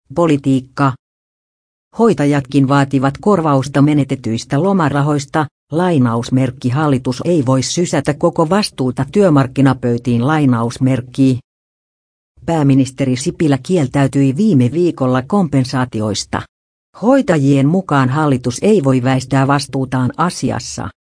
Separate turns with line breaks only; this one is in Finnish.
Politiikka. Hoitajatkin vaativat korvausta menetetyistä lomarahoista, lainausmerkki hallitus ei voi sysätä koko vastuuta työmarkkinapöytiin lainausmerkki. Pääministeri Sipilä kieltäytyi viime viikolla kompensaatioista. Hoitajien mukaan hallitus ei voi väistää vastuutaan asiassa.